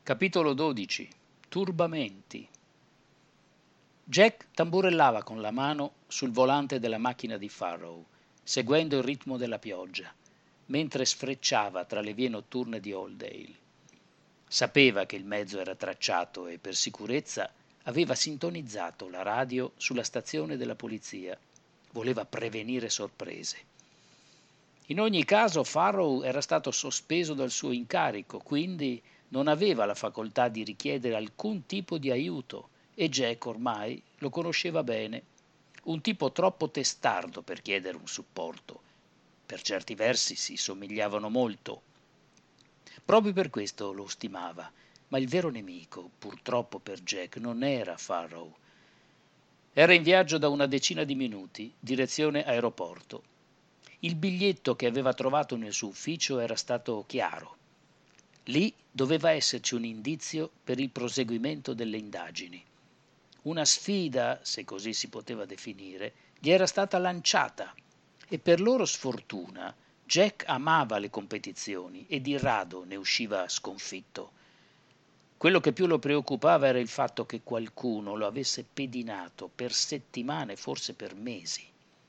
Capitolo 12. Turbamenti. Jack tamburellava con la mano sul volante della macchina di Farrow, seguendo il ritmo della pioggia, mentre sfrecciava tra le vie notturne di Oldale. Sapeva che il mezzo era tracciato e per sicurezza aveva sintonizzato la radio sulla stazione della polizia. Voleva prevenire sorprese. In ogni caso Farrow era stato sospeso dal suo incarico, quindi non aveva la facoltà di richiedere alcun tipo di aiuto e Jack ormai lo conosceva bene. Un tipo troppo testardo per chiedere un supporto. Per certi versi si somigliavano molto. Proprio per questo lo stimava, ma il vero nemico, purtroppo per Jack, non era Farrow. Era in viaggio da una decina di minuti, direzione aeroporto. Il biglietto che aveva trovato nel suo ufficio era stato chiaro. Lì doveva esserci un indizio per il proseguimento delle indagini. Una sfida, se così si poteva definire, gli era stata lanciata e per loro sfortuna Jack amava le competizioni e di rado ne usciva sconfitto. Quello che più lo preoccupava era il fatto che qualcuno lo avesse pedinato per settimane, forse per mesi.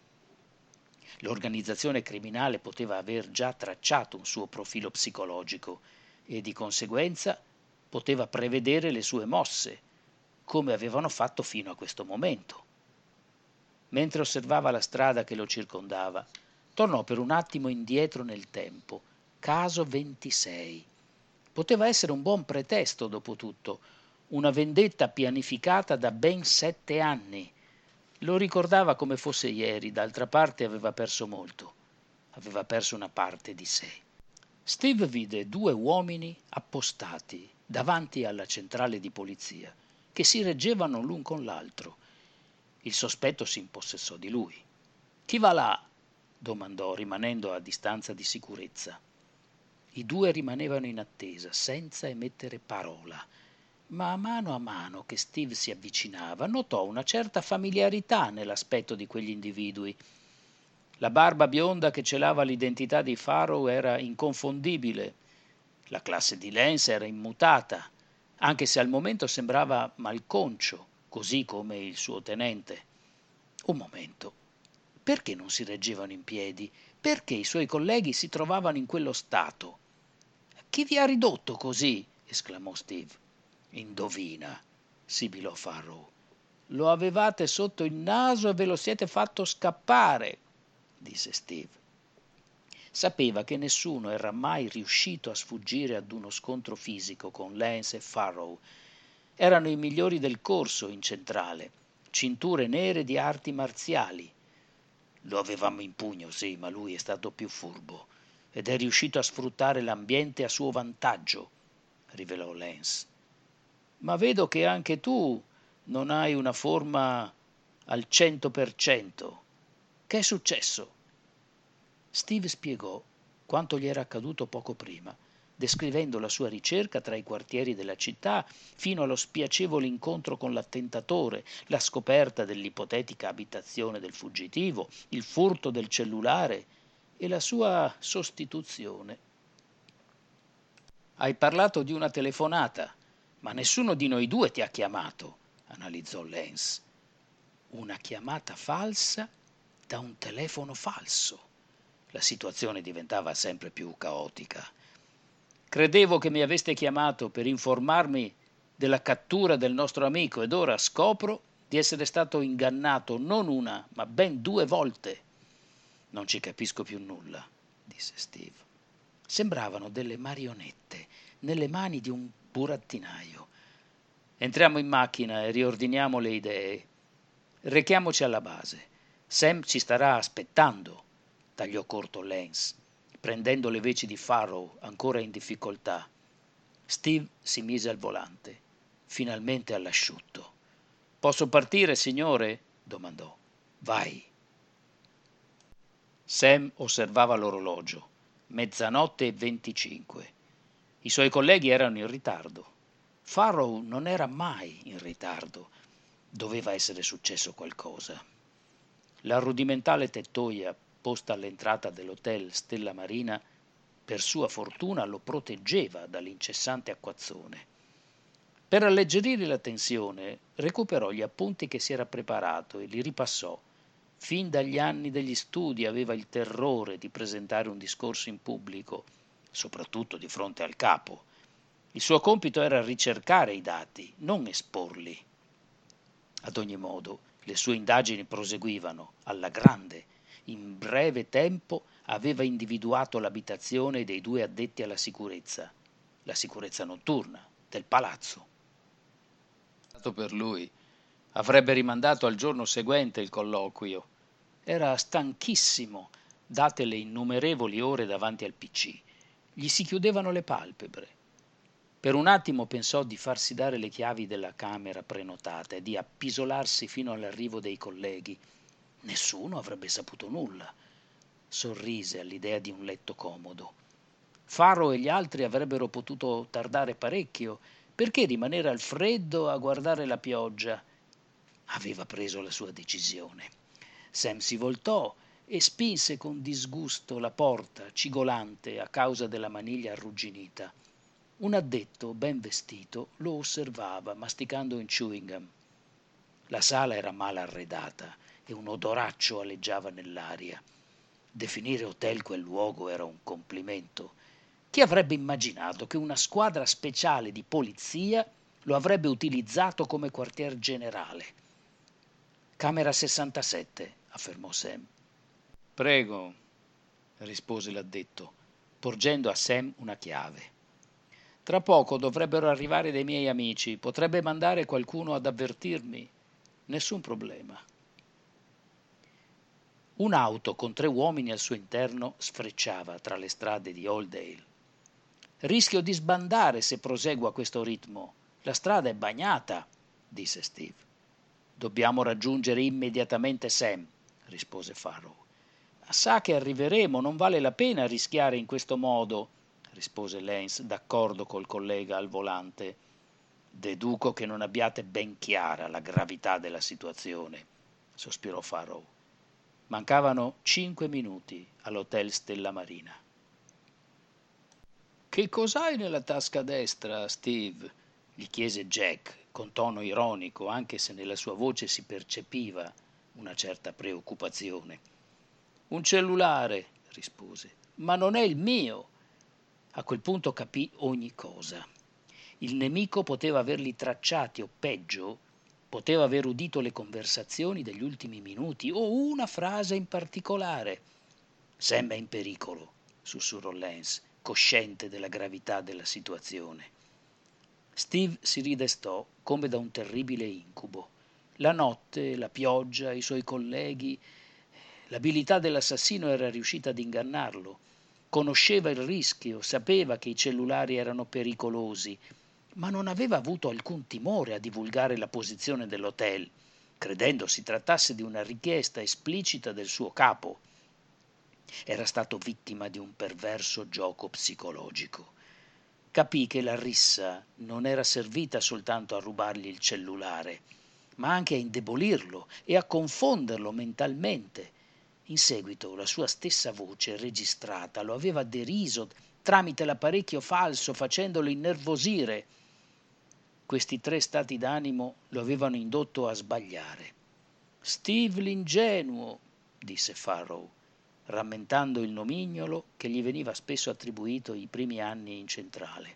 L'organizzazione criminale poteva aver già tracciato un suo profilo psicologico e di conseguenza poteva prevedere le sue mosse, come avevano fatto fino a questo momento. Mentre osservava la strada che lo circondava, tornò per un attimo indietro nel tempo. Caso 26. Poteva essere un buon pretesto, dopo tutto, una vendetta pianificata da ben 7 anni. Lo ricordava come fosse ieri, d'altra parte aveva perso molto. Aveva perso una parte di sé. Steve vide 2 uomini appostati davanti alla centrale di polizia, che si reggevano l'un con l'altro. Il sospetto si impossessò di lui. «Chi va là?» domandò, rimanendo a distanza di sicurezza. I 2 rimanevano in attesa, senza emettere parola. Ma a mano che Steve si avvicinava, notò una certa familiarità nell'aspetto di quegli individui. La barba bionda che celava l'identità di Farrow era inconfondibile. La classe di Lance era immutata, anche se al momento sembrava malconcio, così come il suo tenente. Un momento. Perché non si reggevano in piedi? Perché i suoi colleghi si trovavano in quello stato? «Chi vi ha ridotto così?» esclamò Steve. «Indovina», sibilò Farrow. «Lo avevate sotto il naso e ve lo siete fatto scappare», disse Steve. Sapeva che nessuno era mai riuscito a sfuggire ad uno scontro fisico con Lance e Farrow. Erano i migliori del corso in centrale, cinture nere di arti marziali. Lo avevamo in pugno, sì, ma lui è stato più furbo ed è riuscito a sfruttare l'ambiente a suo vantaggio, rivelò Lance. Ma vedo che anche tu non hai una forma al 100%. Che è successo? Steve spiegò quanto gli era accaduto poco prima, descrivendo la sua ricerca tra i quartieri della città fino allo spiacevole incontro con l'attentatore, la scoperta dell'ipotetica abitazione del fuggitivo, il furto del cellulare e la sua sostituzione. «Hai parlato di una telefonata, ma nessuno di noi 2 ti ha chiamato», analizzò Lance. «Una chiamata falsa da un telefono falso». La situazione diventava sempre più caotica. «Credevo che mi aveste chiamato per informarmi della cattura del nostro amico ed ora scopro di essere stato ingannato non una, ma ben 2 volte». «Non ci capisco più nulla», disse Steve. Sembravano delle marionette nelle mani di un burattinaio. «Entriamo in macchina e riordiniamo le idee. Rechiamoci alla base. Sam ci starà aspettando», tagliò corto Lance, prendendo le veci di Farrow ancora in difficoltà. Steve si mise al volante, finalmente all'asciutto. «Posso partire, signore?» domandò. «Vai». Sam osservava l'orologio. 00:25. I suoi colleghi erano in ritardo. Farrow non era mai in ritardo. Doveva essere successo qualcosa. La rudimentale tettoia posta all'entrata dell'hotel Stella Marina, per sua fortuna lo proteggeva dall'incessante acquazzone. Per alleggerire la tensione, recuperò gli appunti che si era preparato e li ripassò. Fin dagli anni degli studi aveva il terrore di presentare un discorso in pubblico, soprattutto di fronte al capo. Il suo compito era ricercare i dati, non esporli. Ad ogni modo, le sue indagini proseguivano alla grande. In breve tempo aveva individuato l'abitazione dei due addetti alla sicurezza, la sicurezza notturna del palazzo. Per lui avrebbe rimandato al giorno seguente il colloquio. Era stanchissimo, date le innumerevoli ore davanti al PC. Gli si chiudevano le palpebre. Per un attimo pensò di farsi dare le chiavi della camera prenotata e di appisolarsi fino all'arrivo dei colleghi. Nessuno avrebbe saputo nulla. Sorrise all'idea di un letto comodo. Faro e gli altri avrebbero potuto tardare parecchio. Perché rimanere al freddo a guardare la pioggia? Aveva preso la sua decisione. Sam si voltò e spinse con disgusto la porta, cigolante a causa della maniglia arrugginita. Un addetto ben vestito lo osservava, masticando un chewing gum. La sala era mal arredata e un odoraccio aleggiava nell'aria. Definire hotel quel luogo era un complimento. Chi avrebbe immaginato che una squadra speciale di polizia lo avrebbe utilizzato come quartier generale? Camera 67, affermò Sam. Prego, rispose l'addetto, porgendo a Sam una chiave. Tra poco dovrebbero arrivare dei miei amici. Potrebbe mandare qualcuno ad avvertirmi? Nessun problema. Un'auto con 3 uomini al suo interno sfrecciava tra le strade di Oldale. Rischio di sbandare se proseguo a questo ritmo. La strada è bagnata, disse Steve. Dobbiamo raggiungere immediatamente Sam, rispose Farrow. Sa che arriveremo, non vale la pena rischiare in questo modo, rispose Lance, d'accordo col collega al volante. Deduco che non abbiate ben chiara la gravità della situazione, sospirò Farrow. Mancavano 5 minuti all'hotel Stella Marina. Che cos'hai nella tasca destra, Steve? Gli chiese Jack con tono ironico, anche se nella sua voce si percepiva una certa preoccupazione. Un cellulare, rispose, ma non è il mio. A quel punto capì ogni cosa. Il nemico poteva averli tracciati o peggio, poteva aver udito le conversazioni degli ultimi minuti o una frase in particolare. Sam è in pericolo, sussurrò Lance, cosciente della gravità della situazione. Steve si ridestò come da un terribile incubo. La notte, la pioggia, i suoi colleghi. L'abilità dell'assassino era riuscita ad ingannarlo. Conosceva il rischio, sapeva che i cellulari erano pericolosi, ma non aveva avuto alcun timore a divulgare la posizione dell'hotel, credendo si trattasse di una richiesta esplicita del suo capo. Era stato vittima di un perverso gioco psicologico. Capì che la rissa non era servita soltanto a rubargli il cellulare, ma anche a indebolirlo e a confonderlo mentalmente. In seguito la sua stessa voce registrata lo aveva deriso tramite l'apparecchio falso, facendolo innervosire. Questi 3 stati d'animo lo avevano indotto a sbagliare. Steve l'ingenuo, disse Farrow, rammentando il nomignolo che gli veniva spesso attribuito i primi anni in centrale.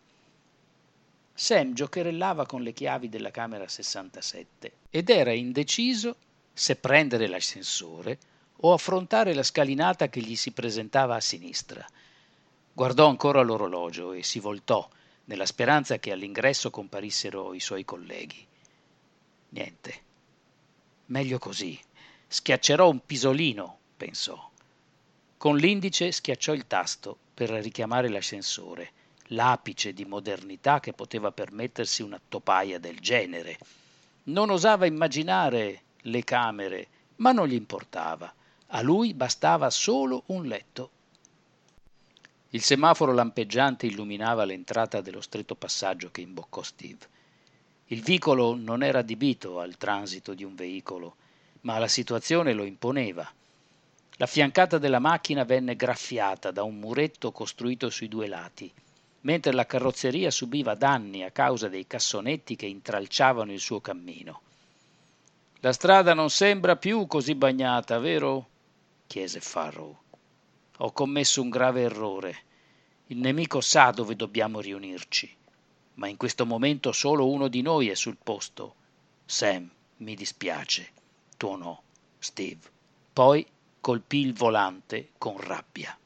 Sam giocherellava con le chiavi della camera 67 ed era indeciso se prendere l'ascensore o affrontare la scalinata che gli si presentava a sinistra. Guardò ancora l'orologio e si voltò, nella speranza che all'ingresso comparissero i suoi colleghi. Niente. Meglio così. Schiaccerò un pisolino, pensò. Con l'indice schiacciò il tasto per richiamare l'ascensore, l'apice di modernità che poteva permettersi una topaia del genere. Non osava immaginare le camere, ma non gli importava. A lui bastava solo un letto. Il semaforo lampeggiante illuminava l'entrata dello stretto passaggio che imboccò Steve. Il vicolo non era adibito al transito di un veicolo, ma la situazione lo imponeva. La fiancata della macchina venne graffiata da un muretto costruito sui 2 lati, mentre la carrozzeria subiva danni a causa dei cassonetti che intralciavano il suo cammino. «La strada non sembra più così bagnata, vero?» chiese Farrow. «Ho commesso un grave errore. Il nemico sa dove dobbiamo riunirci, ma in questo momento solo uno di noi è sul posto. Sam, mi dispiace», tuonò Steve. Poi colpì il volante con rabbia.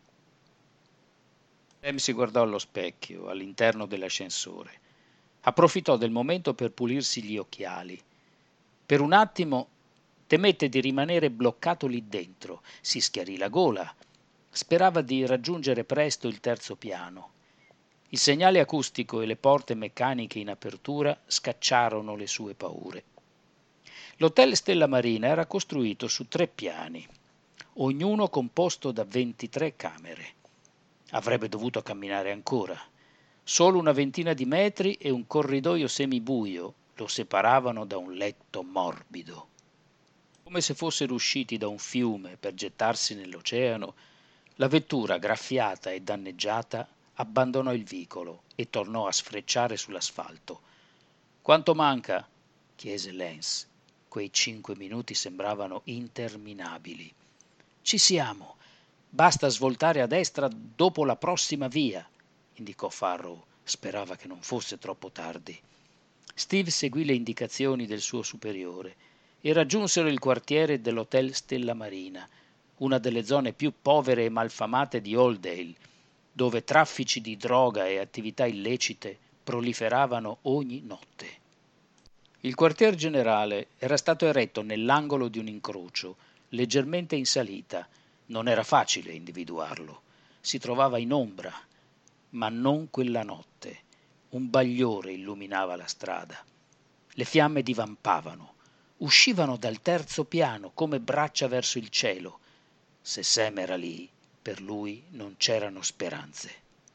Sam si guardò allo specchio, all'interno dell'ascensore. Approfittò del momento per pulirsi gli occhiali. Per un attimo temette di rimanere bloccato lì dentro, si schiarì la gola. Sperava di raggiungere presto il terzo piano. Il segnale acustico e le porte meccaniche in apertura scacciarono le sue paure. L'hotel Stella Marina era costruito su 3 piani, ognuno composto da 23 camere. Avrebbe dovuto camminare ancora. Solo una ventina di metri e un corridoio semibuio lo separavano da un letto morbido. Come se fossero usciti da un fiume per gettarsi nell'oceano, la vettura, graffiata e danneggiata, abbandonò il vicolo e tornò a sfrecciare sull'asfalto. «Quanto manca?» chiese Lance. Quei 5 minuti sembravano interminabili. «Ci siamo. Basta svoltare a destra dopo la prossima via», indicò Farrow. Sperava che non fosse troppo tardi. Steve seguì le indicazioni del suo superiore e raggiunsero il quartiere dell'Hotel Stella Marina, una delle zone più povere e malfamate di Oldale, dove traffici di droga e attività illecite proliferavano ogni notte. Il quartier generale era stato eretto nell'angolo di un incrocio, leggermente in salita. Non era facile individuarlo. Si trovava in ombra, ma non quella notte. Un bagliore illuminava la strada. Le fiamme divampavano, uscivano dal terzo piano come braccia verso il cielo. Se Sam era lì, per lui non c'erano speranze.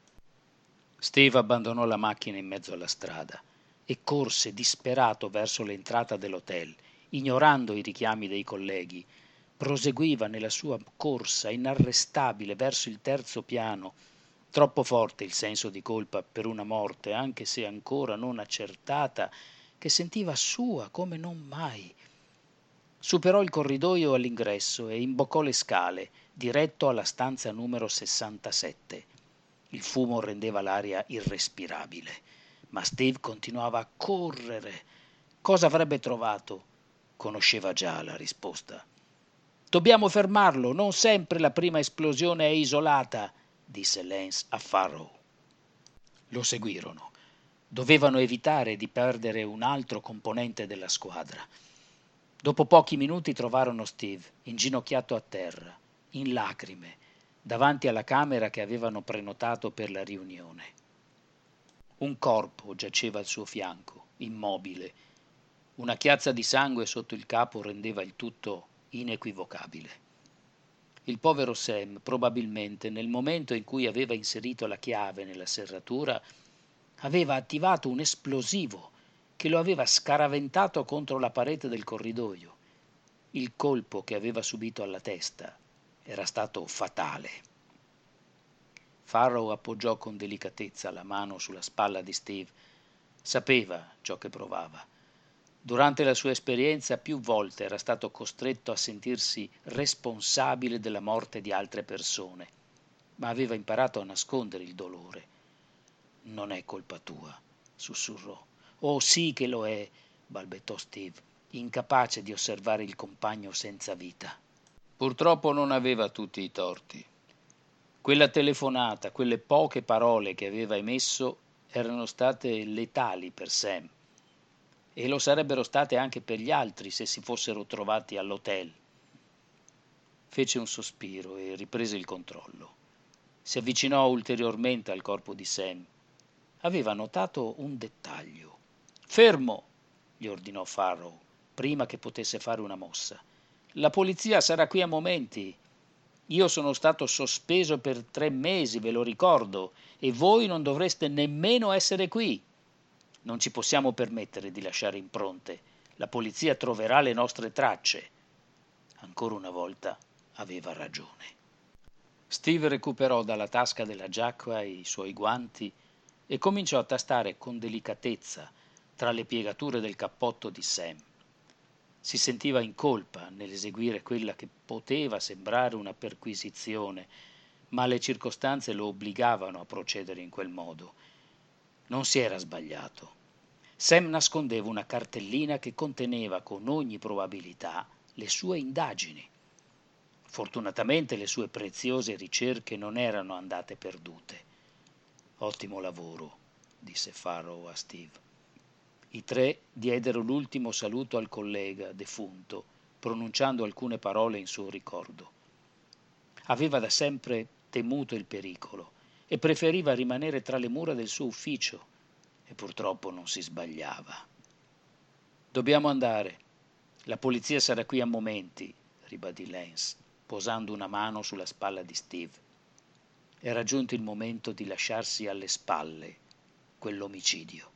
Steve abbandonò la macchina in mezzo alla strada e corse disperato verso l'entrata dell'hotel, ignorando i richiami dei colleghi. Proseguiva nella sua corsa inarrestabile verso il terzo piano. Troppo forte il senso di colpa per una morte, anche se ancora non accertata, che sentiva sua come non mai. Superò il corridoio all'ingresso e imboccò le scale, diretto alla stanza numero 67. Il fumo rendeva l'aria irrespirabile, ma Steve continuava a correre. Cosa avrebbe trovato? Conosceva già la risposta. «Dobbiamo fermarlo, non sempre la prima esplosione è isolata», disse Lance a Farrow. Lo seguirono. Dovevano evitare di perdere un altro componente della squadra. Dopo pochi minuti trovarono Steve, inginocchiato a terra, in lacrime, davanti alla camera che avevano prenotato per la riunione. Un corpo giaceva al suo fianco, immobile. Una chiazza di sangue sotto il capo rendeva il tutto inequivocabile. Il povero Sam, probabilmente, nel momento in cui aveva inserito la chiave nella serratura, aveva attivato un esplosivo che lo aveva scaraventato contro la parete del corridoio. Il colpo che aveva subito alla testa era stato fatale. Farrow appoggiò con delicatezza la mano sulla spalla di Steve. Sapeva ciò che provava. Durante la sua esperienza più volte era stato costretto a sentirsi responsabile della morte di altre persone, ma aveva imparato a nascondere il dolore. «Non è colpa tua», sussurrò. «Oh sì che lo è», balbettò Steve, incapace di osservare il compagno senza vita. Purtroppo non aveva tutti i torti. Quella telefonata, quelle poche parole che aveva emesso erano state letali per Sam e lo sarebbero state anche per gli altri se si fossero trovati all'hotel. Fece un sospiro e riprese il controllo. Si avvicinò ulteriormente al corpo di Sam. Aveva notato un dettaglio. «Fermo!» gli ordinò Farrow, prima che potesse fare una mossa. «La polizia sarà qui a momenti. Io sono stato sospeso per 3 mesi, ve lo ricordo, e voi non dovreste nemmeno essere qui. Non ci possiamo permettere di lasciare impronte. La polizia troverà le nostre tracce». Ancora una volta aveva ragione. Steve recuperò dalla tasca della giacca i suoi guanti e cominciò a tastare con delicatezza tra le piegature del cappotto di Sam. Si sentiva in colpa nell'eseguire quella che poteva sembrare una perquisizione, ma le circostanze lo obbligavano a procedere in quel modo. Non si era sbagliato. Sam nascondeva una cartellina che conteneva con ogni probabilità le sue indagini. Fortunatamente le sue preziose ricerche non erano andate perdute. Ottimo lavoro, disse Farrow a Steve. I tre diedero l'ultimo saluto al collega defunto, pronunciando alcune parole in suo ricordo. Aveva da sempre temuto il pericolo e preferiva rimanere tra le mura del suo ufficio, e purtroppo non si sbagliava. Dobbiamo andare. La polizia sarà qui a momenti, ribadì Lance, posando una mano sulla spalla di Steve. Era giunto il momento di lasciarsi alle spalle quell'omicidio.